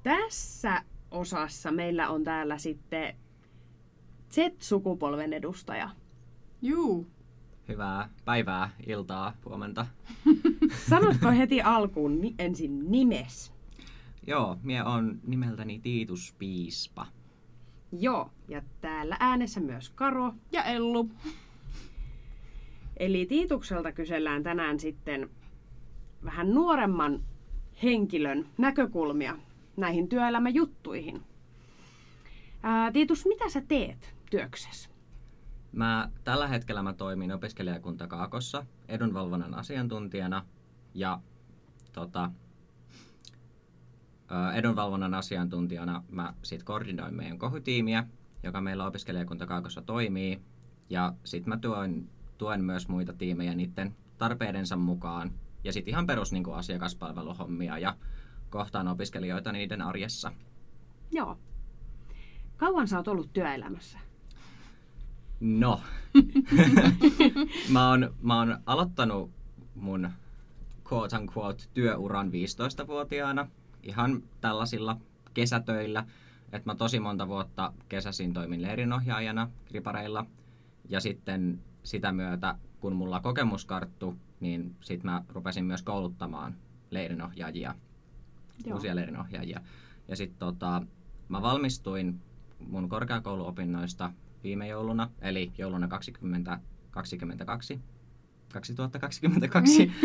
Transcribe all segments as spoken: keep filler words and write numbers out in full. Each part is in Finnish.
tässä osassa meillä on täällä sitten Z-sukupolven edustaja. Juu. Hyvää päivää, iltaa, huomenta. Sanotko heti alkuun ni- ensin nimes? Joo, mie on nimeltäni Tiitus Piispa. Joo, ja täällä äänessä myös Karo. Ja Ellu. Eli Tiitukselta kysellään tänään sitten vähän nuoremman henkilön näkökulmia näihin työelämäjuttuihin. Ää, Tiitus, mitä sä teet työksessä? Mä, tällä hetkellä mä toimin opiskelijakunta Kaakossa edunvalvonnan asiantuntijana ja tota, edunvalvonnan asiantuntijana mä sit koordinoin meidän kohutiimiä, joka meillä opiskelijakunta Kaakossa toimii. Ja sit mä tuen, tuen myös muita tiimejä niiden tarpeidensa mukaan. Ja sit ihan perus niin kuin asiakaspalveluhommia ja kohtaan opiskelijoita niiden arjessa. Joo. Kauan sä oot ollut työelämässä? No. mä, oon, mä oon aloittanut mun quote unquote työuran viisitoistavuotiaana. Ihan tällaisilla kesätöillä. Että mä tosi monta vuotta kesäsin toimin leirinohjaajana Kripareilla. Ja sitten sitä myötä, kun mulla kokemus karttui, niin sit mä rupesin myös kouluttamaan leirinohjaajia, Joo. uusia leirinohjaajia. Ja sit tota, mä valmistuin mun korkeakouluopinnoista viime jouluna, eli jouluna kaksituhattakaksikymmentäkaksi. kaksituhattakaksikymmentäkaksi.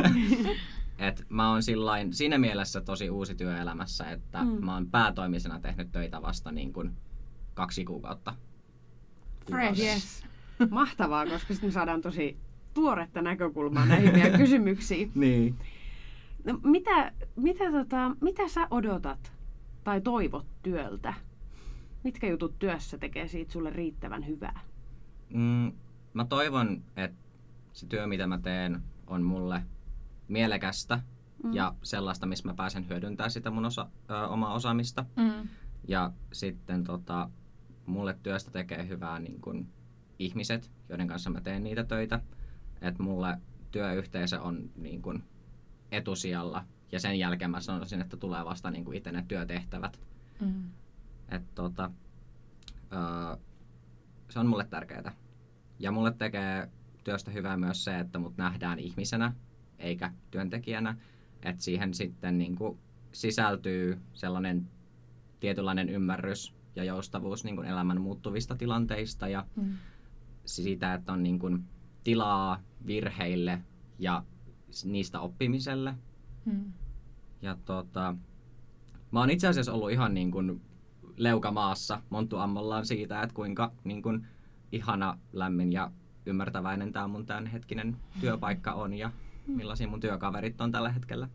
Et mä oon sillain, siinä mielessä tosi uusi työelämässä, että mm. mä oon päätoimisena tehnyt töitä vasta niin kuin kaksi kuukautta. Fresh. Yes. Mahtavaa, koska sitten me saadaan tosi tuoretta näkökulmaa näihin meidän kysymyksiin. Niin. No, mitä, mitä, tota, mitä sä odotat tai toivot työltä? Mitkä jutut työssä tekee siitä sulle riittävän hyvää? Mm, mä toivon, että se työ, mitä mä teen, on mulle mielekästä mm. ja sellaista, missä mä pääsen hyödyntämään sitä mun osa, ö, omaa osaamista. Mm. Ja sitten tota, mulle työstä tekee hyvää niin kun ihmiset, joiden kanssa mä teen niitä töitä. Että mulle työyhteisö on niin kun etusijalla ja sen jälkeen mä sanoisin, että tulee vasta niin kun itse ne työtehtävät. Mm. Et tota, ö, se on mulle tärkeää. Ja mulle tekee työstä hyvää myös se, että mut nähdään ihmisenä eikä työntekijänä. Että siihen sitten niin kuin sisältyy sellainen tietynlainen ymmärrys ja joustavuus niin kuin elämän muuttuvista tilanteista ja mm. siitä, että on niin kuin tilaa virheille ja niistä oppimiselle. Mm. Ja tota, mä oon itse asiassa ollut ihan niin kuin leukamaassa monttuammollaan siitä, että kuinka niin kuin ihana, lämmin ja ymmärtäväinen tämä mun tämänhetkinen työpaikka on ja millaisia mun työkaverit on tällä hetkellä.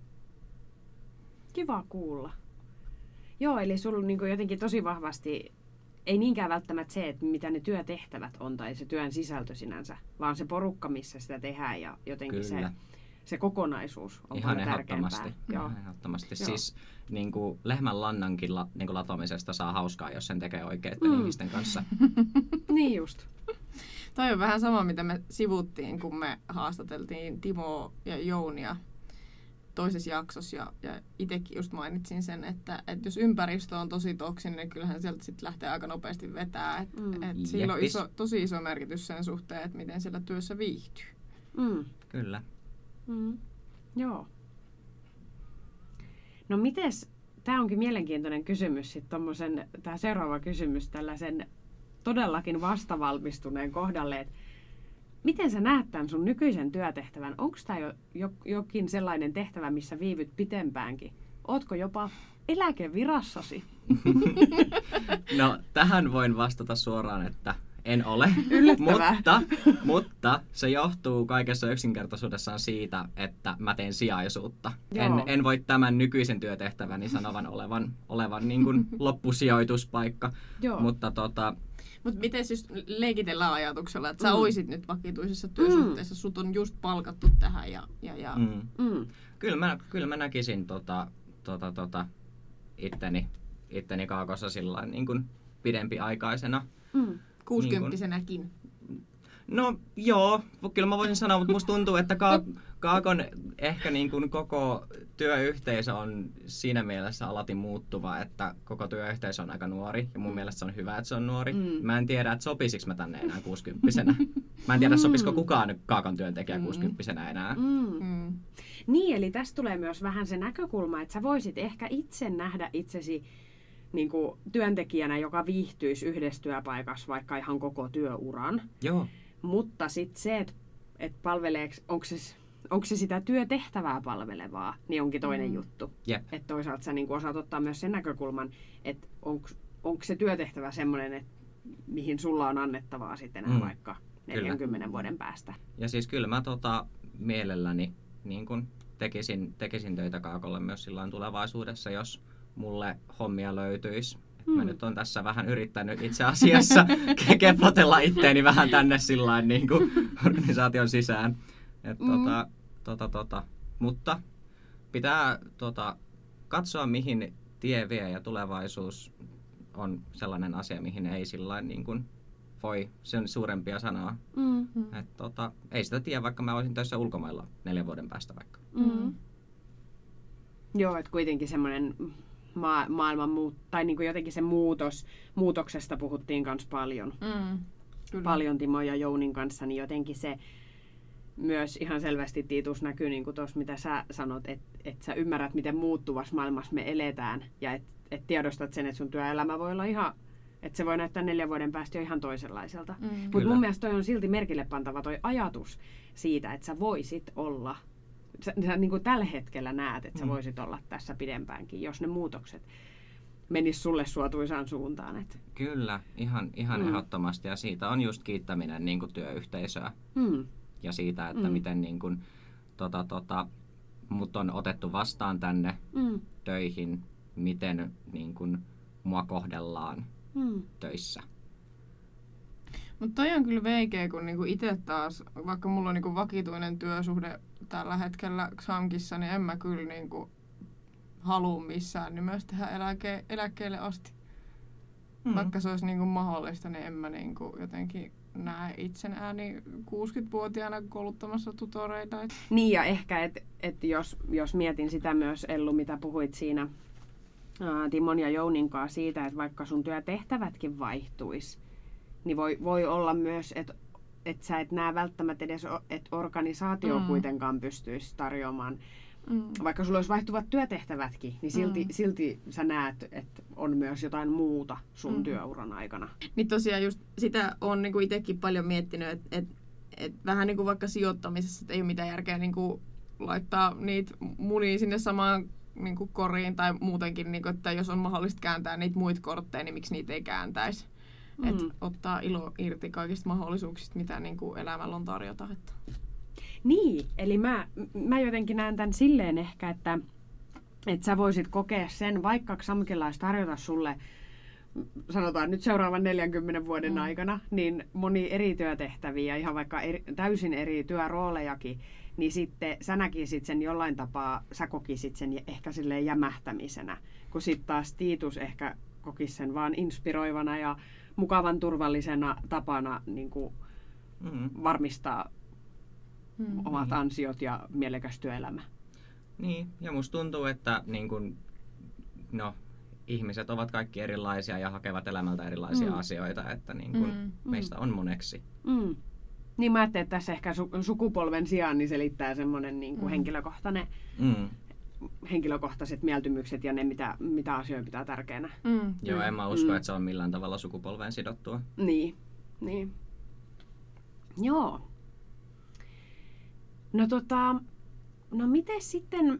Kiva kuulla. Joo, eli sulla on niin kuin jotenkin tosi vahvasti, ei niinkään välttämättä se, että mitä ne työtehtävät on tai se työn sisältö sinänsä, vaan se porukka, missä sitä tehdään ja jotenkin se, se kokonaisuus on ihan paljon ehdottomasti. tärkeämpää. Ihan ehdottomasti. Siis niin kuin lehmän lannankin la, niin kuin latomisesta saa hauskaa, jos sen tekee oikeiden mm. ihmisten kanssa. Niin just. Toi on vähän sama, mitä me sivuttiin, kun me haastateltiin Timoa ja Jounia toisessa jaksossa. Ja, ja itsekin just mainitsin sen, että, että jos ympäristö on tosi toksinen, niin kyllähän sieltä sit lähtee aika nopeasti vetää. Et, mm. et sillä on iso, tosi iso merkitys sen suhteen, että miten siellä työssä viihtyy. Mm. Kyllä. Mm. Joo. No mites, tää onkin mielenkiintoinen kysymys, sit tommosen, tää seuraava kysymys tällaisen todellakin vastavalmistuneen kohdalle, että miten sä näet tämän sun nykyisen työtehtävän? Onko tämä jo, jo, jokin sellainen tehtävä, missä viivyt pitempäänkin? Ootko jopa eläkevirassasi? No tähän voin vastata suoraan, että en ole. Yllättävää. mutta, mutta se johtuu kaikessa yksinkertaisuudessaan siitä, että mä teen sijaisuutta. En, en voi tämän nykyisen työtehtäväni sanovan olevan, olevan niin kuin loppusijoituspaikka. Joo. Mutta tota, Mutta miten siis leikitellään ajatuksella, että sä mm. oisit nyt vakituisessa työsuhteessa, mm. sut on just palkattu tähän ja... ja, ja. Mm. Mm. Kyllä, mä, kyllä mä näkisin tota, tota, tota, itteni, itteni Kaakossa sillain niin kuin pidempiaikaisena. Mm. Kuusikymppisenäkin. Niin No joo, kyllä mä voisin sanoa, mutta musta tuntuu, että Ka- Kaakon ehkä niin kuin koko työyhteisö on siinä mielessä alati muuttuva, että koko työyhteisö on aika nuori ja mun mm. mielestä se on hyvä, että se on nuori. Mm. Mä en tiedä, että sopisiko mä tänne enää kuusikymppisenä. Mä en tiedä, sopisiko kukaan Kaakon työntekijä mm. kuusikymppisenä enää. Mm. Mm. Niin, eli tästä tulee myös vähän se näkökulma, että sä voisit ehkä itse nähdä itsesi niin kuin työntekijänä, joka viihtyisi yhdessä työpaikassa vaikka ihan koko työuran. Joo. Mutta sitten se, että et palveleeko, onko se, onko se sitä työtehtävää palvelevaa, niin onkin toinen mm. juttu. Yep. Että toisaalta sä niin kuin osaat ottaa myös sen näkökulman, että onko se työtehtävä semmoinen, että mihin sulla on annettavaa sitten mm. vaikka neljänkymmenen vuoden päästä. Ja siis kyllä mä tota, mielelläni niin kun tekisin, tekisin töitä Kaakolle myös silloin tulevaisuudessa, jos mulle hommia löytyisi. Hmm. Mä nyt on tässä vähän yrittänyt itse asiassa keplotella itteeni vähän tänne sillain niin kuin organisaation sisään. Et, hmm. tota, tota, tota. Mutta pitää tota, katsoa, mihin tie vie, ja tulevaisuus on sellainen asia, mihin ei sillain niin kuin voi sen suurempia sanoa. Hmm. Et, tota, ei sitä tiedä, vaikka mä olisin töissä ulkomailla neljän vuoden päästä vaikka. Hmm. Joo, että kuitenkin semmoinen Ma- maailman muut, tai niin kuin jotenkin se muutos, muutoksesta puhuttiin myös paljon. Mm, paljon Timo ja Jounin kanssa, niin jotenkin se myös ihan selvästi, Tiitus, näkyy niin kuin tuossa, mitä sä sanot, että et sä ymmärrät, miten muuttuvassa maailmassa me eletään, ja että et tiedostat sen, että sun työelämä voi olla ihan, että se voi näyttää neljän vuoden päästä jo ihan toisenlaiselta. Mm. Mutta mun mielestä toi on silti merkille pantava toi ajatus siitä, että sä voisit olla, Sä, sä niin kuin tällä hetkellä näet, että sä voisit olla tässä pidempäänkin, jos ne muutokset menis sulle suotuisaan suuntaan. Et. Kyllä, ihan, ihan mm. ehdottomasti. Ja siitä on just kiittäminen niin kuin työyhteisöä. Mm. Ja siitä, että mm. miten niin kuin, tota, tota, mut on otettu vastaan tänne mm. töihin, miten niin kuin, mua kohdellaan mm. töissä. Mutta toi on kyllä veikeä, kun niinku itse taas, vaikka mulla on niinku vakituinen työsuhde tällä hetkellä Xamkissa, niin en mä kyllä niinku halua missään nimessä tehdä eläke, eläkkeelle asti. Mm. Vaikka se olisi niinku mahdollista, niin en mä niinku jotenkin näe itsenääni kuusikymmentävuotiaana kouluttamassa tutoreita. Niin, ja ehkä, että et jos, jos mietin sitä myös, Ellu, mitä puhuit siinä ää, Timon ja Jounin kanssa siitä, että vaikka sun työtehtävätkin vaihtuisi, niin voi, voi olla myös, että et sä et näe välttämättä edes, että organisaatio mm. kuitenkaan pystyisi tarjoamaan. Mm. Vaikka sulla olisi vaihtuvat työtehtävätkin, niin silti, mm. silti sä näet, että on myös jotain muuta sun mm. työuran aikana. Niin tosiaan just sitä on niinku itsekin paljon miettinyt, että et, et vähän niinku vaikka sijoittamisessa, että ei ole mitään järkeä niinku laittaa niitä munia sinne samaan niinku koriin tai muutenkin, niinku, että jos on mahdollista kääntää niitä muita kortteja, niin miksi niitä ei kääntäisi. Mm. Että ottaa ilo irti kaikista mahdollisuuksista, mitä niin kuin elämällä on tarjota. Että. Niin, eli mä, mä jotenkin näen tämän silleen ehkä, että, että sä voisit kokea sen, vaikka Xamkilla olisi tarjota sulle, sanotaan nyt seuraavan neljänkymmenen vuoden mm. aikana, niin moni eri työtehtäviä, ihan vaikka eri, täysin eri työroolejakin, niin sitten sä näkisit sen jollain tapaa, sä kokisit sen ehkä silleen jämähtämisenä, kun sitten taas Tiitus ehkä kokisi sen vaan inspiroivana ja mukavan turvallisena tapana niin kuin mm. varmistaa mm. omat ansiot ja mielekäs työelämä. Niin, ja musta tuntuu, että niin kun, no, ihmiset ovat kaikki erilaisia ja hakevat elämältä erilaisia mm. asioita, että niin kun mm. meistä on moneksi. Mm. Niin mä ajattelin, että tässä ehkä su- sukupolven sijaan niin selittää semmoinen niin kuin mm. henkilökohtainen mm. henkilökohtaiset mieltymykset ja ne, mitä, mitä asioita pitää tärkeänä. Mm. Joo, en mä usko, mm. että se on millään tavalla sukupolveen sidottua. Niin, niin. Joo. No tota, no miten sitten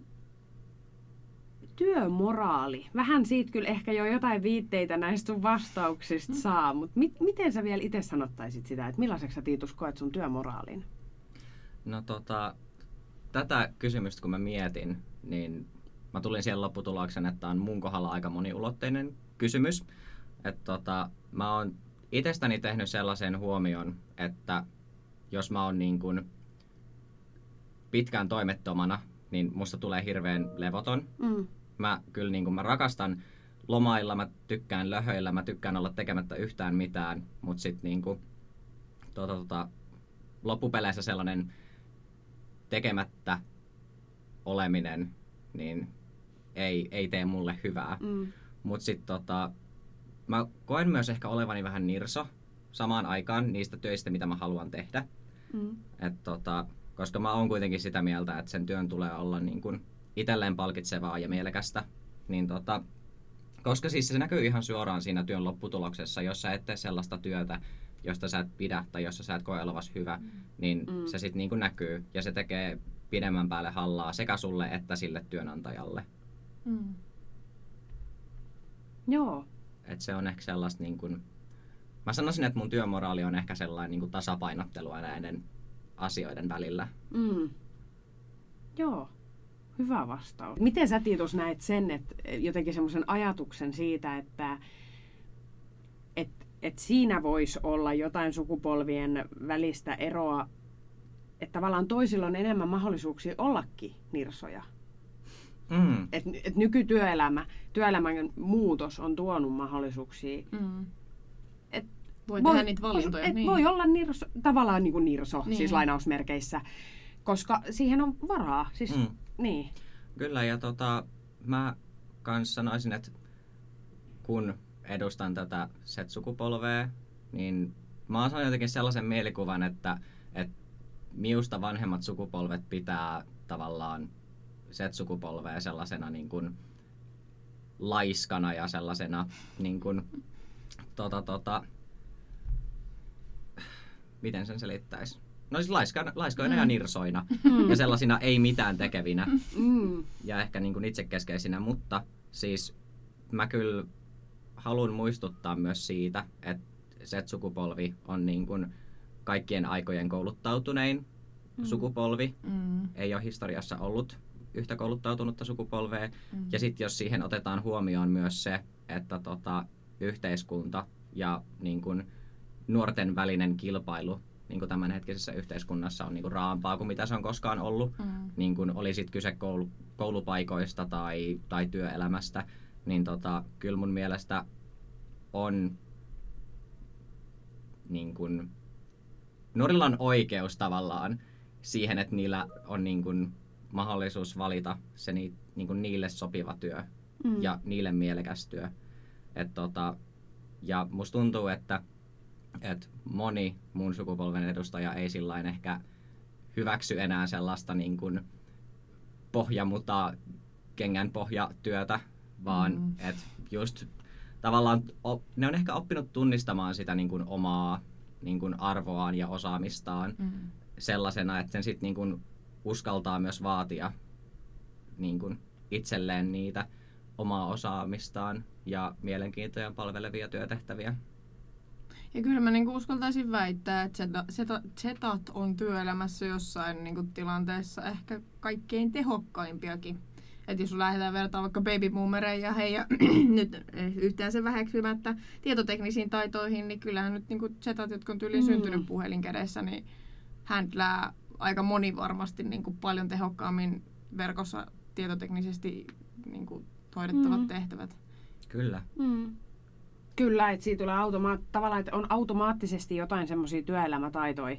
työmoraali? Vähän siitä kyllä ehkä jo jotain viitteitä näistä sun vastauksista mm. saa, mutta mit, miten sä vielä itse sanottaisit sitä, että millaiseksi sä, Tiitus, koet sun työmoraalin? No tota, tätä kysymystä kun mä mietin, niin mä tulin siihen lopputulokseen, että on mun kohdalla aika moniulotteinen kysymys. Että tota, mä oon itsestäni tehnyt sellaisen huomion, että jos mä oon niin kuin pitkään toimettomana, niin musta tulee hirveän levoton. Mm. Mä kyllä niin kuin mä rakastan lomailla, mä tykkään löhöillä, mä tykkään olla tekemättä yhtään mitään, mutta sit niin kuin, tota, tota, loppupeleissä sellainen tekemättä oleminen niin ei, ei tee mulle hyvää. Mm. Mutta sitten tota, mä koen myös ehkä olevani vähän nirso samaan aikaan niistä töistä, mitä mä haluan tehdä. Mm. Et tota, koska mä oon kuitenkin sitä mieltä, että sen työn tulee olla niin kun itselleen palkitsevaa ja mielekästä. Niin tota, koska siis se näkyy ihan suoraan siinä työn lopputuloksessa, jos sä et tee sellaista työtä, josta sä et pidä tai jossa sä et koe olevasi hyvä, mm. niin mm. se sitten niin kun näkyy ja se tekee pidemmän päälle hallaa sekä sulle että sille työnantajalle. Mm. Joo. Et se on ehkä sellaista niin kun, mä sanoisin, että mun työmoraali on ehkä sellainen niin kun tasapainottelua näiden asioiden välillä. Mm. Joo. Hyvä vastaus. Miten sä, Tiitus, näet sen, että jotenkin semmoisen ajatuksen siitä, että et, et siinä voisi olla jotain sukupolvien välistä eroa, että tavallaan toisilla on enemmän mahdollisuuksia ollakin nirsoja? Mm. Että et nykytyöelämä, työelämän muutos on tuonut mahdollisuuksia. Mm. Et voi tehdä voi, niitä valintoja. Et niin. Voi olla nirso, tavallaan niin kuin nirso, niin. Siis lainausmerkeissä, koska siihen on varaa. Siis, mm. niin. Kyllä, ja tota, mä kans sanoisin, että kun edustan tätä Z-sukupolvea, niin mä oon saanut jotenkin sellaisen mielikuvan, että, että miusta vanhemmat sukupolvet pitää tavallaan Z-sukupolvea sellaisena niin kuin laiskana ja sellaisena niin kuin, tota, tota, miten sen selittäisi? No siis laiska, laiskoina mm. ja nirsoina mm. ja sellaisina ei mitään tekevinä mm. ja ehkä niin kuin itsekeskeisinä, mutta siis mä kyllä haluan muistuttaa myös siitä, että Z-sukupolvi on niin kuin kaikkien aikojen kouluttautunein mm. sukupolvi. Mm. Ei ole historiassa ollut yhtä kouluttautunutta sukupolvea. Mm. Ja sitten jos siihen otetaan huomioon myös se, että tota, yhteiskunta ja niin kun, nuorten välinen kilpailu niin kun tämänhetkisessä yhteiskunnassa on niin kun raampaa kuin mitä se on koskaan ollut. Mm. Niin kun oli sitten kyse koulu, koulupaikoista tai, tai työelämästä, niin tota, kyllä mun mielestä on niin kun, nuorilla on oikeus tavallaan siihen, että niillä on niin kun, mahdollisuus valita se ni, niin kun niille sopiva työ mm. ja niille mielekäs työ. Et tota, ja musta tuntuu, että et moni mun sukupolven edustaja ei sillain ehkä hyväksy enää sellaista niin kun pohjamutaa kengän pohjatyötä, vaan mm. että just tavallaan op, ne on ehkä oppinut tunnistamaan sitä niin kun omaa niin kun arvoaan ja osaamistaan mm. sellaisena, että sen sitten niin kun uskaltaa myös vaatia niin kun itselleen niitä omaa osaamistaan ja mielenkiintoja palvelevia työtehtäviä. Ja kyllä mä niinku uskaltaisin väittää, että zetat on työelämässä jossain niinku tilanteessa ehkä kaikkein tehokkaimpiakin. Että jos lähdetään vertaan vaikka babyboomereihin ja heidän nyt yhtään sen väheksymättä tietoteknisiin taitoihin, niin kyllähän nyt niinku zetat, jotka on tyyliin mm. syntynyt puhelin kädessä, niin handlää aika moni varmasti niinku paljon tehokkaammin verkossa tietoteknisesti niinku hoidettavat mm. tehtävät. Kyllä. Mm. Kyllä, että siitä tulee automa- tavallaan, että on automaattisesti jotain semmoisia työelämätaitoja,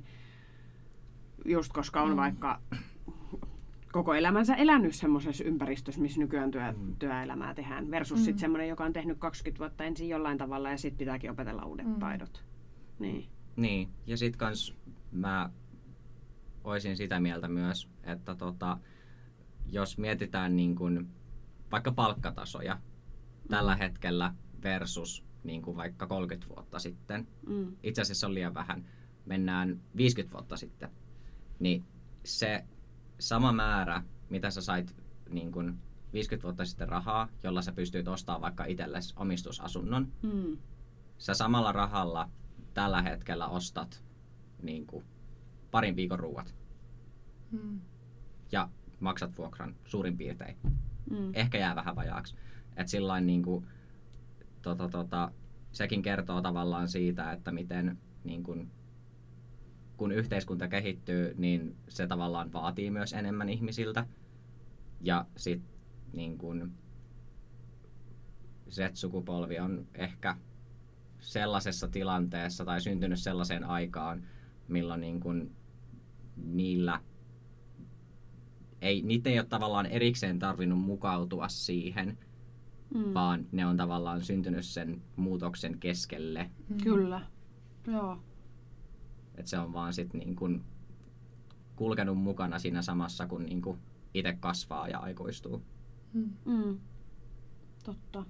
just koska on mm. vaikka koko elämänsä elänyt semmoisessa ympäristössä, missä nykyään työ, mm. työelämää tehdään, versus mm. sitten semmoinen, joka on tehnyt kaksikymmentä vuotta ensin jollain tavalla ja sitten pitääkin opetella uudet mm. taidot. Niin. Niin, ja sitten kans mä oisin sitä mieltä myös, että tota, jos mietitään niin kun vaikka palkkatasoja mm. tällä hetkellä versus niin kuin vaikka kolmekymmentä vuotta sitten, mm. itse asiassa on liian vähän, mennään viisikymmentä vuotta sitten, niin se sama määrä, mitä sä sait niin kuin viisikymmentä vuotta sitten rahaa, jolla sä pystyt ostamaan vaikka itsellesi omistusasunnon, mm. sä samalla rahalla tällä hetkellä ostat niin kuin parin viikon ruuat mm. ja maksat vuokran suurin piirtein. Mm. Ehkä jää vähän vajaaksi. Et sillain niin kuin, tota, tota, sekin kertoo tavallaan siitä, että miten niin kuin, kun yhteiskunta kehittyy, niin se tavallaan vaatii myös enemmän ihmisiltä. Ja sitten niin kuin Z-sukupolvi on ehkä sellaisessa tilanteessa tai syntynyt sellaiseen aikaan, milloin niin kuin niillä ei, niitä ei ole tavallaan erikseen tarvinnut mukautua siihen, mm. vaan ne on tavallaan syntynyt sen muutoksen keskelle. Mm. Kyllä, joo. Et se on vaan sit niin kun kulkenut mukana siinä samassa, kun niin kun itse kasvaa ja aikuistuu. Mm. Mm. Totta.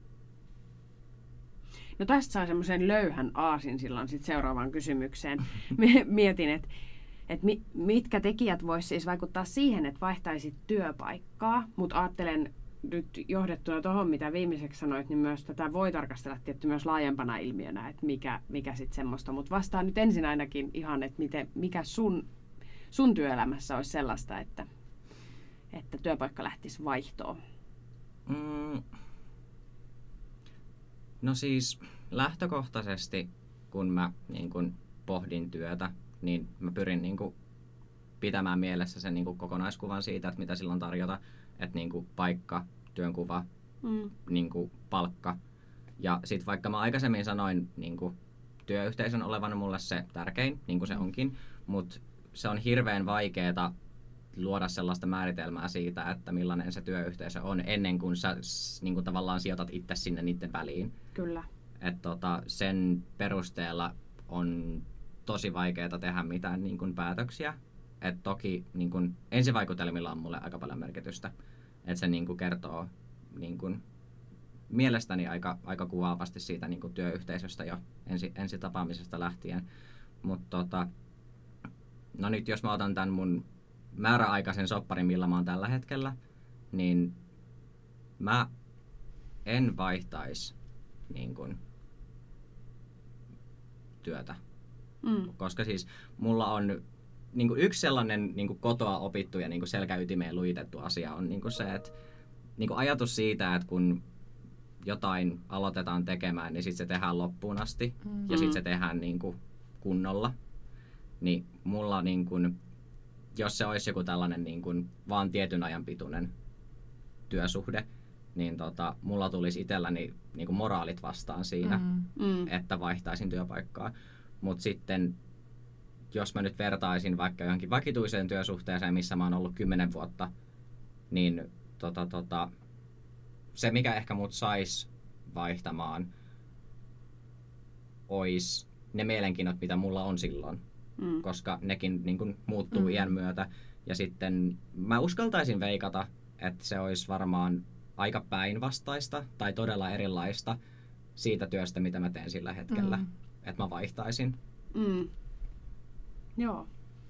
No tästä saa semmoisen löyhän aasinsillan sit seuraavaan kysymykseen. Mietin, että et mi, mitkä tekijät vois siis vaikuttaa siihen, että vaihtaisit työpaikkaa, mutta ajattelen nyt johdettuna tuohon, mitä viimeiseksi sanoit, niin myös tätä voi tarkastella tietty myös laajempana ilmiönä, että mikä, mikä sitten semmoista. Mutta vastaan nyt ensin ainakin ihan, että miten, mikä sun, sun työelämässä olisi sellaista, että, että työpaikka lähtisi vaihtoon. Mm. No siis lähtökohtaisesti, kun mä niin kun pohdin työtä, niin mä pyrin niin kun pitämään mielessä sen niin kun kokonaiskuvan siitä, että mitä silloin tarjota. Että niin kun paikka, työnkuva, mm. niin kun palkka. Ja sitten vaikka mä aikaisemmin sanoin niin kun työyhteisön olevan mulle se tärkein, niin kuin se onkin, mutta se on hirveän vaikeaa luoda sellaista määritelmää siitä, että millainen se työyhteisö on ennen kuin sä niin kuin tavallaan sijoitat itse sinne niiden väliin. Kyllä. Et tota, sen perusteella on tosi vaikeaa tehdä mitään niin kuin päätöksiä. Et toki niin kuin ensivaikutelmilla on mulle aika paljon merkitystä. Et se niin kuin kertoo niin kuin mielestäni aika, aika kuvaavasti siitä niin kuin työyhteisöstä jo ensi, ensi tapaamisesta lähtien. Mutta tota, no nyt jos mä otan tämän mun määräaikaisen sopparin, millä mä oon tällä hetkellä, niin mä en vaihtaisi niin kun, työtä. Mm. Koska siis mulla on niin kun yksi sellainen niin kun kotoa opittu ja niin kun selkäytimeen lujitettu asia on niin kun se, että niin kun ajatus siitä, että kun jotain aloitetaan tekemään, niin sitten se tehdään loppuun asti mm-hmm. ja sitten se tehdään niin kun kunnolla. Niin mulla niin kun, jos se olisi joku tällainen niin kuin vaan tietyn ajan pituinen työsuhde, niin tota, mulla tulisi itselläni niin kuin moraalit vastaan siinä, mm. että vaihtaisin työpaikkaa. Mutta sitten, jos mä nyt vertaisin vaikka johonkin vakituiseen työsuhteeseen, missä mä oon ollut kymmenen vuotta, niin tota, tota, se, mikä ehkä mut sais vaihtamaan, olisi ne mielenkiinnot, mitä mulla on silloin. Mm. Koska nekin niin kuin muuttuu mm. iän myötä. Ja sitten mä uskaltaisin veikata, että se olisi varmaan aika päinvastaista tai todella erilaista siitä työstä, mitä mä teen sillä hetkellä. Mm. Että mä vaihtaisin. Mm. Joo.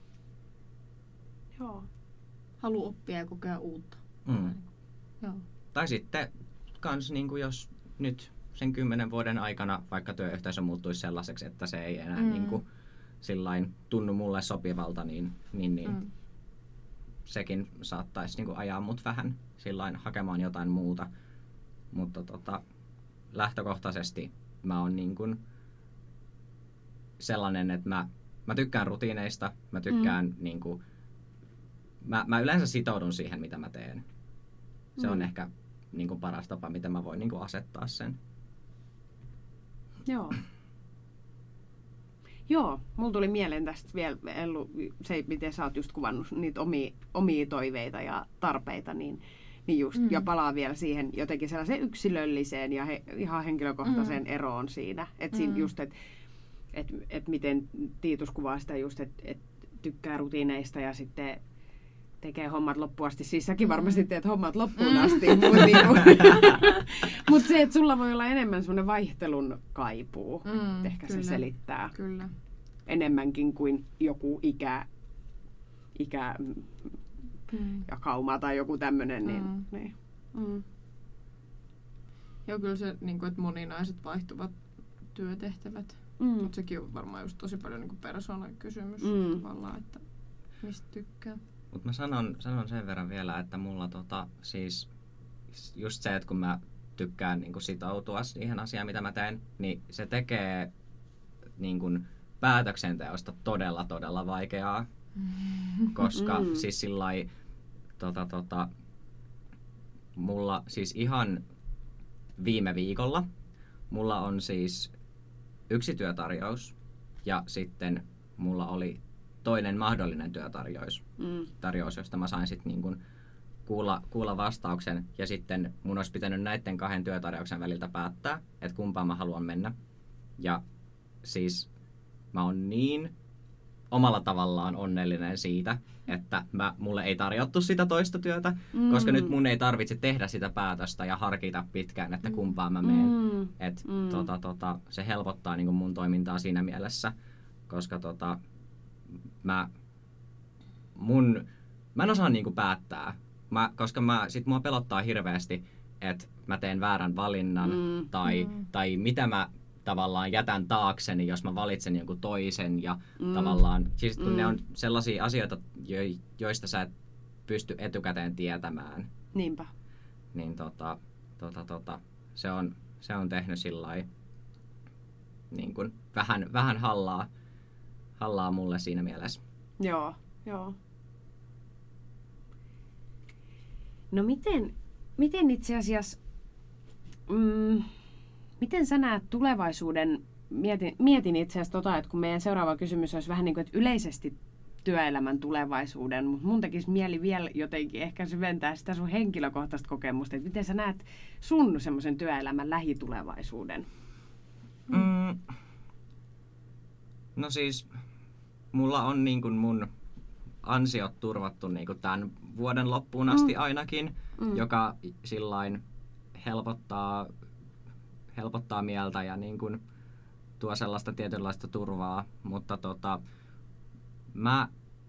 Joo. Haluaa oppia ja kokea uutta. Mm. Joo. Tai sitten kans niin kuin jos nyt sen kymmenen vuoden aikana vaikka työyhteisö muuttuisi sellaiseksi, että se ei enää mm. niin kuin sillain tunnu mulle sopivalta, niin, niin, niin mm. sekin saattaisi niin kuin ajaa mut vähän sillain hakemaan jotain muuta. Mutta tota, lähtökohtaisesti mä oon niin kuin sellainen, että mä, mä tykkään rutiineista, mä tykkään mm. niin kuin, mä, mä yleensä sitoudun siihen, mitä mä teen. Se mm. on ehkä niin kuin paras tapa, miten mä voin niin kuin asettaa sen. Joo. Joo, mulla tuli mieleen tästä vielä, Ellu, se miten sä oot just kuvannut niitä omia, omia toiveita ja tarpeita, niin, niin just, mm. ja palaa vielä siihen jotenkin sellaiseen yksilölliseen ja he, ihan henkilökohtaiseen mm. eroon siinä. Että mm. just, että et, et miten Tiitus kuvaa sitä just, että et tykkää rutiineista ja sitten tekee hommat loppuun asti. Siis säkin varmasti teet hommat loppuun asti, mm. mutta niinku, mut se, että sulla voi olla enemmän semmoinen vaihtelun kaipuu. Mm, ehkä kyllä, se selittää kyllä. enemmänkin kuin joku ikä, ikä mm. ja kauma tai joku tämmöinen. Niin, mm. niin. Mm. Joo, kyllä se, niin kuin, että moninaiset vaihtuvat työtehtävät. Mm. Mutta sekin on varmaan just tosi paljon niin kuin persoonakysymys mm. tavallaan, että mistä tykkää. Mutta mä sanon, sanon sen verran vielä, että mulla tota, siis just se, että kun mä tykkään niin kun sitoutua siihen asiaan, mitä mä teen, niin se tekee niin kun päätöksenteosta todella, todella vaikeaa. Koska mm. siis sillai, tota, tota, mulla siis ihan viime viikolla mulla on siis yksi työtarjous ja sitten mulla oli toinen mahdollinen työtarjous, Mm. tarjous, josta mä sain sitten niin kuin kuulla, kuulla vastauksen. Ja sitten mun olisi pitänyt näiden kahden työtarjouksen väliltä päättää, että kumpaan mä haluan mennä. Ja siis mä oon niin omalla tavallaan onnellinen siitä, että mä, mulle ei tarjottu sitä toista työtä, mm. koska nyt mun ei tarvitse tehdä sitä päätöstä ja harkita pitkään, että kumpaan mä menen. Mm. Et, mm. tota, tota, se helpottaa niin kuin mun toimintaa siinä mielessä, koska tota, mä, mun, mä en osaa niin kuin päättää, mä, koska mä, sit mua pelottaa hirveästi, että mä teen väärän valinnan mm. Tai, mm. tai mitä mä tavallaan jätän taakseni, jos mä valitsen jonkun toisen ja mm. tavallaan, siis kun mm. ne on sellaisia asioita, jo, joista sä et pysty etukäteen tietämään. Niinpä. Niin tota, tota, tota, se on, se on tehnyt sillai niin kuin vähän, vähän hallaa, hallaa mulle siinä mielessä. Joo, joo. No miten, miten itse asiassa, mm, miten sä näet tulevaisuuden, mietin, mietin itse asiassa tota, että kun meidän seuraava kysymys olisi vähän niin kuin, että yleisesti työelämän tulevaisuuden, mutta mun tekisi mieli vielä jotenkin ehkä syventää sitä sun henkilökohtaista kokemusta, että miten sä näet sun semmoisen työelämän lähitulevaisuuden? Mm. No siis, mulla on niin kuin mun ansiot turvattu niin kuin tämän vuoden loppuun asti mm. ainakin, mm. joka sillain helpottaa, helpottaa mieltä ja niin kuin tuo sellaista tietynlaista turvaa, mutta tota, mä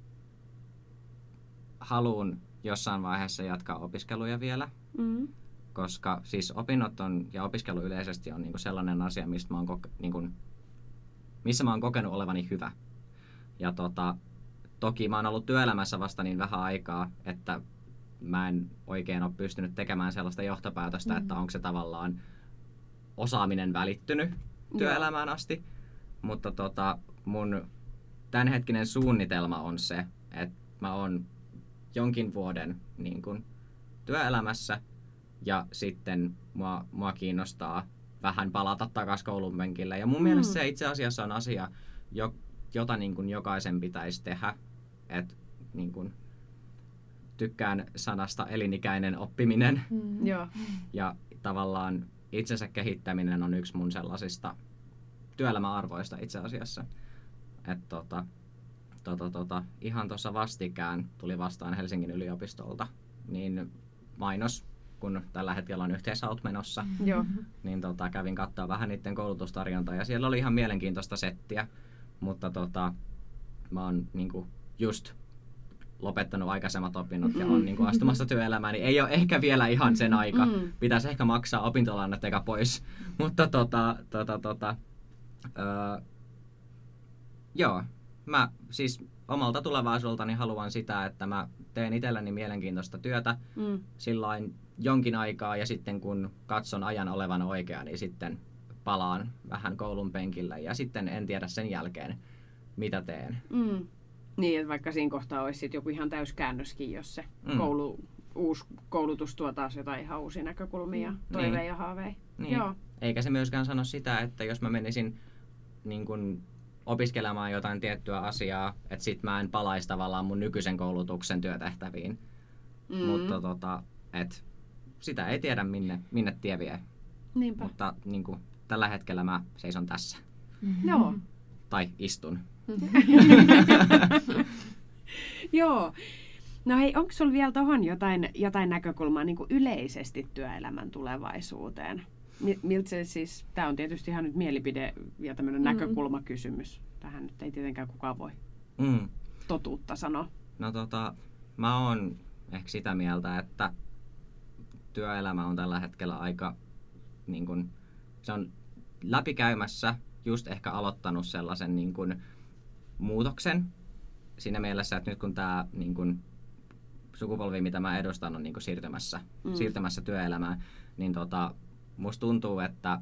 haluun jossain vaiheessa jatkaa opiskeluja vielä, mm. koska siis opinnot on, ja opiskelu yleisesti on niinku sellainen asia, mistä mä oon koke, niinku, missä mä oon kokenut olevani hyvä. Ja tota, toki mä oon ollut työelämässä vasta niin vähän aikaa, että mä en oikein ole pystynyt tekemään sellaista johtopäätöstä, mm. että onko se tavallaan osaaminen välittynyt työelämään asti. Mutta tota, mun tämänhetkinen suunnitelma on se, että mä oon jonkin vuoden niin kun, työelämässä ja sitten mua, mua kiinnostaa vähän palata takaisin koulun penkille. Ja mun mm. mielestä se itse asiassa on asia, jo, jota niin kun jokaisen pitäisi tehdä. Et, niin kun, tykkään sanasta elinikäinen oppiminen. Mm. Joo. Ja tavallaan itsensä kehittäminen on yksi mun sellaisista työelämäarvoista itse asiassa. Et, tota, tota, tota, ihan tuossa vastikään tuli vastaan Helsingin yliopistolta niin mainos, kun tällä hetkellä on yhteisaut menossa, mm-hmm. niin tota, kävin katsoa vähän niiden koulutustarjontaa ja siellä oli ihan mielenkiintoista settiä, mutta tota, mä oon niinku just lopettanut aikaisemmat opinnot ja on niinku astumassa työelämään, niin ei ole ehkä vielä ihan sen aika. Pitäisi ehkä maksaa opintolainat eka pois, mutta tota, tota, tota, öö, joo, mä siis omalta tulevaisuudeltani haluan sitä, että mä teen itselleni mielenkiintoista työtä mm. sillain jonkin aikaa ja sitten kun katson ajan olevan oikea, niin sitten palaan vähän koulun penkillä ja sitten en tiedä sen jälkeen, mitä teen. Mm. Niin, että vaikka siinä kohtaa olisi sit joku ihan täyskäännöskin, jos se mm. koulu, uusi koulutus tuo taas jotain ihan uusia näkökulmia, mm. toiveja niin. ja haaveja. Niin. Joo. Eikä se myöskään sano sitä, että jos mä menisin niin kun opiskelemaan jotain tiettyä asiaa, että sit mä en palaisi tavallaan mun nykyisen koulutuksen työtehtäviin. Mm. Mutta tota, et sitä ei tiedä minne, minne tie vie. Niinpä. Mutta niin kun, tällä hetkellä mä seison tässä. Mm-hmm. Joo. Tai istun. Joo. No hei, onko sulla vielä tuohon jotain, jotain näkökulmaa niin kuin yleisesti työelämän tulevaisuuteen? Miltä se siis, tämä on tietysti ihan nyt mielipide ja tämmöinen mm. näkökulmakysymys. Tähän nyt ei tietenkään kukaan voi mm. totuutta sanoa. No tota, mä oon ehkä sitä mieltä, että työelämä on tällä hetkellä aika, niin kun, se on läpikäymässä, just ehkä aloittanut sellaisen niin kun, muutoksen siinä mielessä, että nyt kun tämä niin kun, sukupolvi, mitä mä edustan, on niin kun, siirtymässä, mm. siirtymässä työelämään, niin tota, musta tuntuu, että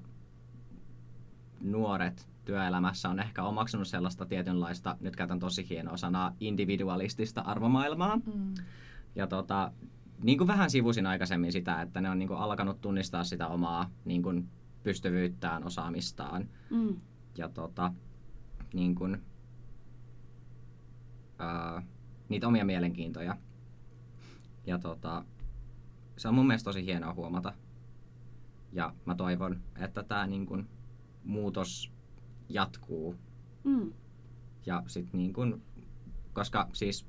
nuoret työelämässä on ehkä omaksunut sellaista tietynlaista, nyt käytän tosi hienoa sanaa, individualistista arvomaailmaa. Mm. Ja tota, niin kuin vähän sivusin aikaisemmin sitä, että ne on niin kuin alkanut tunnistaa sitä omaa niin kuin pystyvyyttään, osaamistaan. Mm. Ja tota, niin kuin, ää, niitä omia mielenkiintoja. Ja tota, se on mun mielestä tosi hienoa huomata. Ja mä toivon, että tää niin kun muutos jatkuu. Mm. Ja sit niin kun, koska siis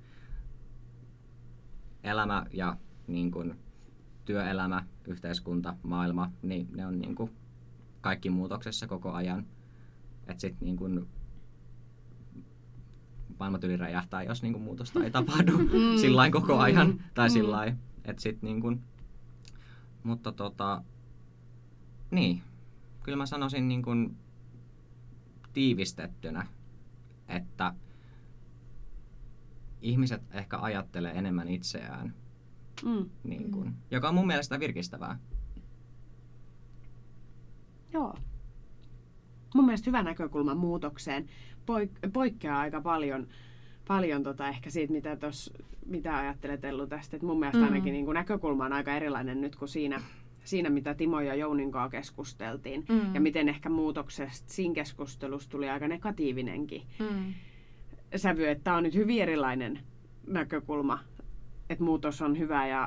elämä ja niin kun työelämä, yhteiskunta, maailma, niin ne on niin kun kaikki muutoksessa koko ajan. Et sit niin kun maailmatyyli räjähtää, jos niin kun muutosta ei tapahdu mm. sillain koko ajan. Mm. Tai sillain, et sit niin kun, mutta tota, niin, kyllä mä sanoisin niin kun tiivistettynä, että ihmiset ehkä ajattelee enemmän itseään, mm. niin kun, joka on mun mielestä virkistävää. Joo. Mun mielestä hyvä näkökulma muutokseen. Poik- poikkeaa aika paljon, paljon tota ehkä siitä, mitä, tos, mitä ajattelet Ellu tästä. Et mun mielestä mm. ainakin niin kun näkökulma on aika erilainen nyt kuin siinä, siinä mitä Timo ja Jounin kanssa keskusteltiin. Mm. Ja miten ehkä muutoksesta siinä keskustelussa tuli aika negatiivinenkin mm. sävy. Että tää on nyt hyvin erilainen näkökulma. Että muutos on hyvä ja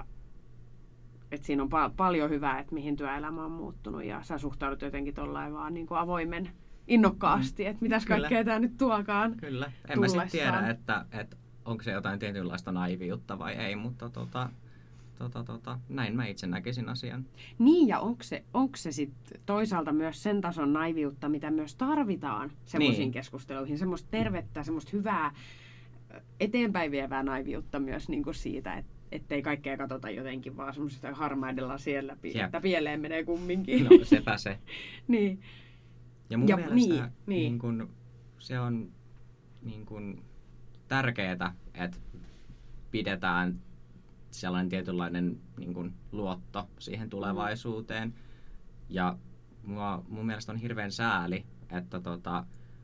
että siinä on pa- paljon hyvää, että mihin työelämä on muuttunut. Ja sä suhtaudut jotenkin tollain vaan niin kuin avoimen innokkaasti, että mitäs kaikkea tää nyt tuokaan. Kyllä. En mä sitten tiedä, että, että onko se jotain tietynlaista naiviutta vai ei, mutta tota, tota, tota, näin mä itse näkisin asian. Niin, ja onko se, onko se sitten toisaalta myös sen tason naiviutta, mitä myös tarvitaan semmoisiin niin. keskusteluihin, semmoista tervettä, semmoista hyvää eteenpäin vievää naiviutta myös niin kuin siitä, että ettei kaikkea katsota jotenkin vaan semmoisesta harmaidella siellä läpi, Jep. että pieleen menee kumminkin. No, sepä se. niin. Ja mun ja, mielestä niin, niin. Niin kun, se on niin kun, tärkeää, että pidetään sellainen tietynlainen niin kun, luotto siihen tulevaisuuteen. Mm. Ja mua, mun mielestä on hirveän sääli, että tota,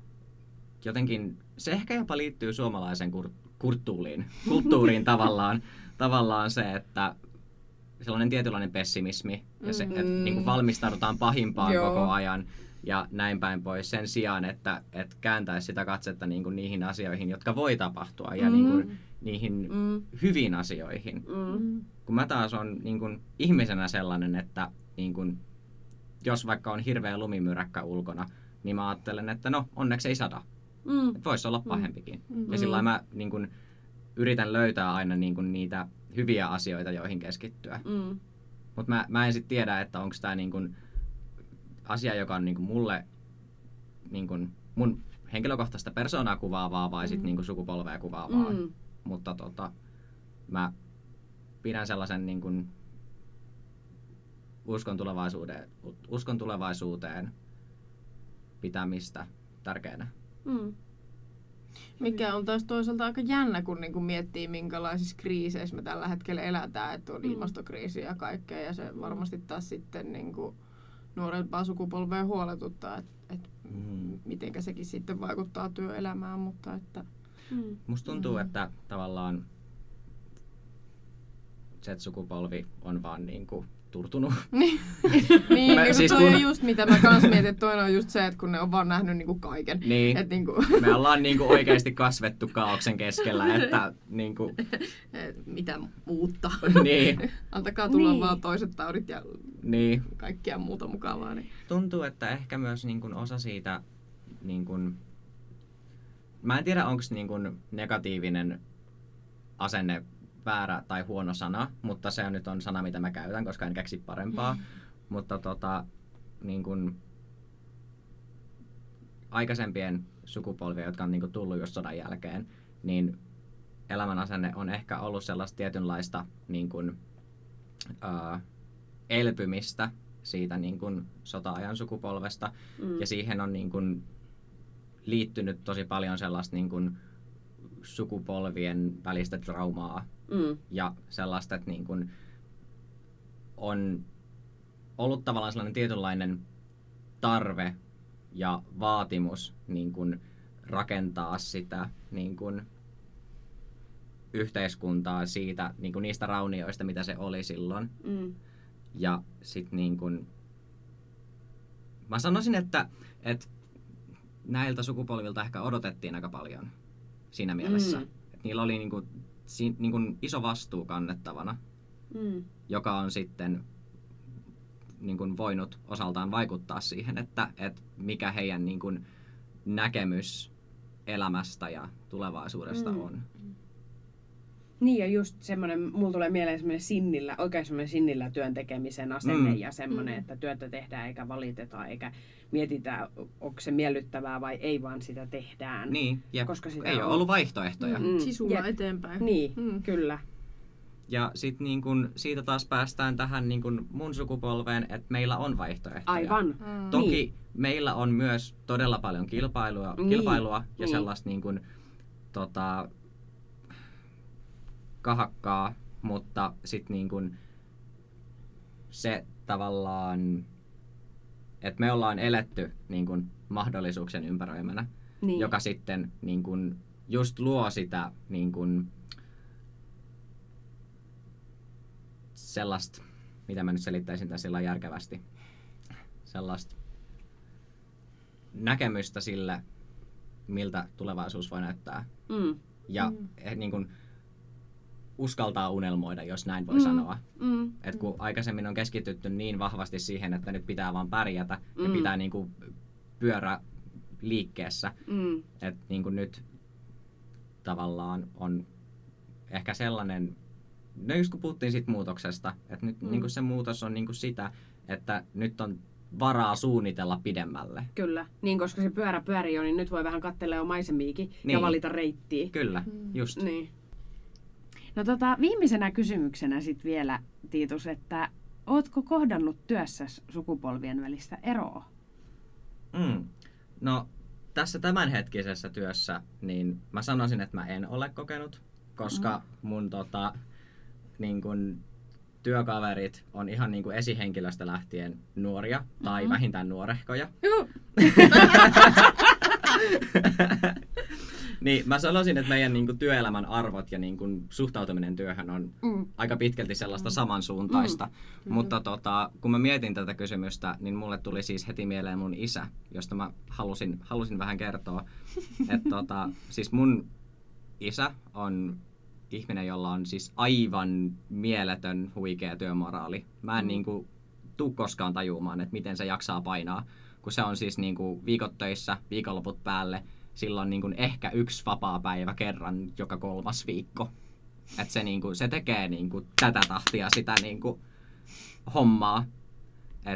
jotenkin se ehkä jopa liittyy suomalaiseen kur, kulttuuriin, kulttuuriin tavallaan, tavallaan se, että sellainen tietynlainen pessimismi ja se, että mm. niin kun valmistaudutaan pahimpaan Joo. koko ajan. Ja näin päin pois sen sijaan, että, että kääntäisi sitä katsetta niin kuin niihin asioihin, jotka voi tapahtua ja mm. niin kuin niihin mm. hyviin asioihin. Mm. Kun mä taas on niin kuin ihmisenä sellainen, että niin kuin, jos vaikka on hirveä lumimyräkkä ulkona, niin mä ajattelen, että no onneksi ei sada. Mm. Voisi olla pahempikin. Mm. Ja sillä mä niin kuin, yritän löytää aina niin kuin, niitä hyviä asioita, joihin keskittyä. Mm. Mutta mä, mä en sitten tiedä, että onko tämä niin kuin asia, joka on niinku mulle niinku mun henkilökohtaista persoonaa kuvaavaa vai sit niinku sukupolvea kuvaavaa. Mm. Mutta tota, mä pidän sellaisen niinku uskon, tulevaisuuteen, uskon tulevaisuuteen pitämistä tärkeänä. Mm. Mikä on taas toisaalta aika jännä, kun niinku miettii, minkälaisissa kriiseissä me tällä hetkellä elätään, että on mm. ilmastokriisi ja kaikkea, ja se varmasti taas sitten niinku nuorempaa sukupolvea huoletuttaa, että et mm. mitenkä sekin sitten vaikuttaa työelämään, mutta että mm. musta tuntuu, mm. että tavallaan Z-sukupolvi on vaan niinku turtunut. niin, niin mä, siis toi kun on just mitä mä kans mietin, että toinen on just se, että kun ne on vaan nähnyt niinku kaiken. Niin. Et niinku me ollaan niinku oikeasti kasvettu kaaoksen keskellä, että niinku mitä muutta. niin. Antakaa tulla niin. vaan toiset taudit ja niin. kaikkia muuta mukavaa. Niin. Tuntuu, että ehkä myös niinku osa siitä, niinku, mä en tiedä onko niinku negatiivinen asenne väärä tai huono sana, mutta se on nyt on sana, mitä mä käytän, koska en keksi parempaa. Mm. Mutta tota, niin kun, aikaisempien sukupolvien, jotka on niin kun, tullut just sodan jälkeen, niin elämän asenne on ehkä ollut sellaista tietynlaista niin kun, ää, elpymistä siitä niin kun, sota-ajan sukupolvesta. Mm. Ja siihen on niin kun, liittynyt tosi paljon sellaista niin kun, sukupolvien välistä traumaa. Mm. Ja sellaista, että niin kun on ollut tavallaan sellainen tietynlainen tarve ja vaatimus niin kun rakentaa sitä niin kun yhteiskuntaa siitä, niin kun niistä raunioista, mitä se oli silloin. Mm. Ja sit niin kun mä sanoisin, että, että näiltä sukupolvilta ehkä odotettiin aika paljon siinä mielessä. Mm. niillä oli niinku, si, niinku iso vastuu kannettavana, mm. joka on sitten niinku voinut osaltaan vaikuttaa siihen, että et mikä heidän niinku näkemys elämästä ja tulevaisuudesta mm. on. Niin ja just semmoinen, mulla tulee mieleen semmoinen sinnillä, oikein semmoinen sinnillä työn tekemisen asenne mm. ja semmoinen, mm. että työtä tehdään eikä valiteta eikä mietitä, onko se miellyttävää vai ei, vaan sitä tehdään. Niin, jep. Koska sitä ei on... ole ollut vaihtoehtoja. Mm. Sisulla jep. eteenpäin. Niin, mm. kyllä. Ja sitten niin kun siitä taas päästään tähän niin kun mun sukupolveen, että meillä on vaihtoehtoja. Aivan. Mm. Toki niin. meillä on myös todella paljon kilpailua, niin. kilpailua ja niin. sellaista niin kun, tota, kahakkaa, mutta sitten niin kun se tavallaan, että me ollaan eletty niin kun mahdollisuuksien ympäröimänä, niin. joka sitten niin kun just luo sitä niin kun sellaista, mitä mä nyt selittäisin tässä sillä järkevästi, sellaista näkemystä sille, miltä tulevaisuus voi näyttää. Mm. Ja mm. Eh, niin kun uskaltaa unelmoida, jos näin voi mm. sanoa. Mm. Et kun aikaisemmin on keskitytty niin vahvasti siihen, että nyt pitää vaan pärjätä mm. ja pitää niin kun pyörä liikkeessä. Mm. Että niin kun nyt tavallaan on ehkä sellainen, no just kun puhuttiin siitä muutoksesta, että nyt mm. niin se muutos on niin sitä, että nyt on varaa suunnitella pidemmälle. Kyllä, niin koska se pyörä pyörii jo, niin nyt voi vähän katsella jo maisemiikin niin. ja valita reittiä. Kyllä, just. Niin. No tota, viimeisenä kysymyksenä sitten vielä, Tiitus, että ootko kohdannut työssä sukupolvien välistä eroa? Mm. No tässä tämänhetkisessä työssä, niin mä sanoisin, että mä en ole kokenut, koska mm. mun tota, niin kun, työkaverit on ihan niin kuin esihenkilöstä lähtien nuoria tai mm-hmm. vähintään nuorehkoja. Niin, mä sanoisin, että meidän niin kuin, työelämän arvot ja niin kuin, suhtautuminen työhön on mm. aika pitkälti sellaista mm. samansuuntaista. Mm. Mutta tota, kun mä mietin tätä kysymystä, niin mulle tuli siis heti mieleen mun isä, josta mä halusin, halusin vähän kertoa. Että tota, siis mun isä on ihminen, jolla on siis aivan mieletön huikea työmoraali. Mä en mm. niin kuin, tuu koskaan tajumaan, että miten se jaksaa painaa, kun se on siis niin kuin, viikot töissä, viikonloput päälle. Silloin niin kuin ehkä yksi vapaa päivä kerran joka kolmas viikko. Et se, niin kuin, se tekee niin kuin, tätä tahtia sitä niin kuin, hommaa. Et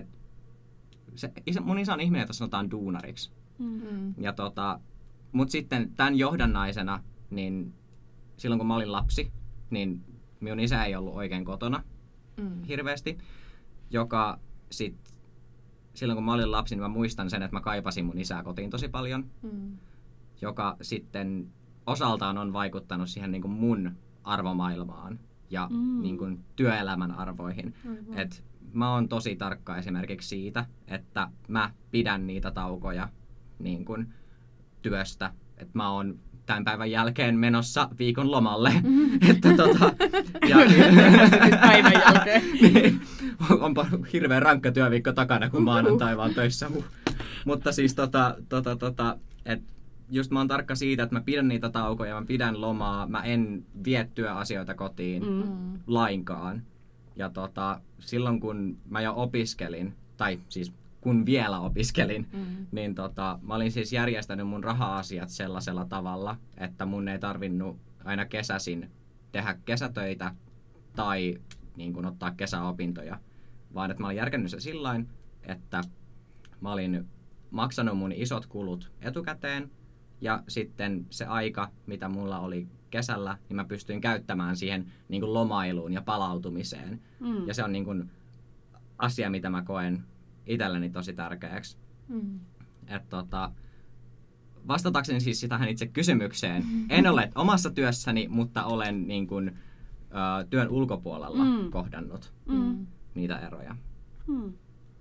se, mun isä on ihminen, jota sanotaan duunariksi. Mm-hmm. Ja tota, mut sitten tämän johdannaisena, niin silloin kun mä olin lapsi, niin minun isä ei ollut oikein kotona mm. hirveästi. Joka sit, silloin kun mä olin lapsi, niin mä muistan sen, että mä kaipasin mun isää kotiin tosi paljon. Mm. Joka sitten osaltaan on vaikuttanut siihen niin kuin mun arvomaailmaan ja mm. niin kuin työelämän arvoihin. Mm-hmm. Et mä oon tosi tarkka esimerkiksi siitä, että mä pidän niitä taukoja niin kuin työstä. Et mä oon tämän päivän jälkeen menossa viikon lomalle. Mm-hmm. Että tota, ja, päivän jälkeen. Niin, onpa hirveän rankka työviikko takana, kun maanantai vaan töissä. Uh. Mutta siis tota, tota, tota, et just mä oon tarkka siitä, että mä pidän niitä taukoja, mä pidän lomaa, mä en vie työasioita kotiin mm. lainkaan. Ja tota, silloin kun mä jo opiskelin, tai siis kun vielä opiskelin, mm. niin tota, mä olin siis järjestänyt mun raha-asiat sellaisella tavalla, että mun ei tarvinnut aina kesäisin tehdä kesätöitä tai niin kun ottaa kesäopintoja, vaan että mä olin järkännyt se sillain, että mä olin maksanut mun isot kulut etukäteen. Ja sitten se aika, mitä mulla oli kesällä, niin mä pystyin käyttämään siihen niin kuin lomailuun ja palautumiseen. Mm. Ja se on niin kuin asia, mitä mä koen itselleni tosi tärkeäksi. Mm. Et tota, vastatakseni siis tähän itse kysymykseen, en ole omassa työssäni, mutta olen niin kuin, ö, työn ulkopuolella mm. kohdannut mm. niitä eroja. Mm.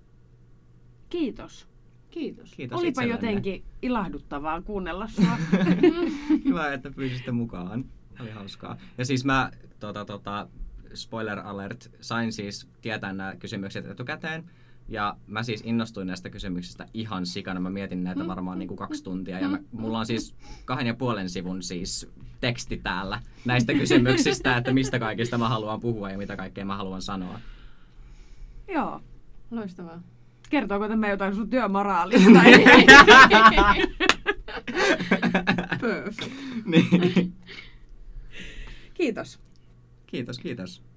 Kiitos. Kiitos. Kiitos Olipa itsellenne. Jotenkin ilahduttavaa kuunnella sua. Hyvä, että pyysitte mukaan. Oli hauskaa. Ja siis mä, tota, tota, spoiler alert, sain siis tietää nämä kysymykset etukäteen. Ja mä siis innostuin näistä kysymyksistä ihan sikana. Mä mietin näitä varmaan niin kuin kaksi tuntia. Ja mä, mulla on siis kahden ja puolen sivun siis teksti täällä näistä kysymyksistä, että mistä kaikista mä haluan puhua ja mitä kaikkea mä haluan sanoa. Joo. Loistavaa. Kertooko tämä jotain sun työmoraalista? Perfect. Niin. Kiitos. Kiitos, kiitos.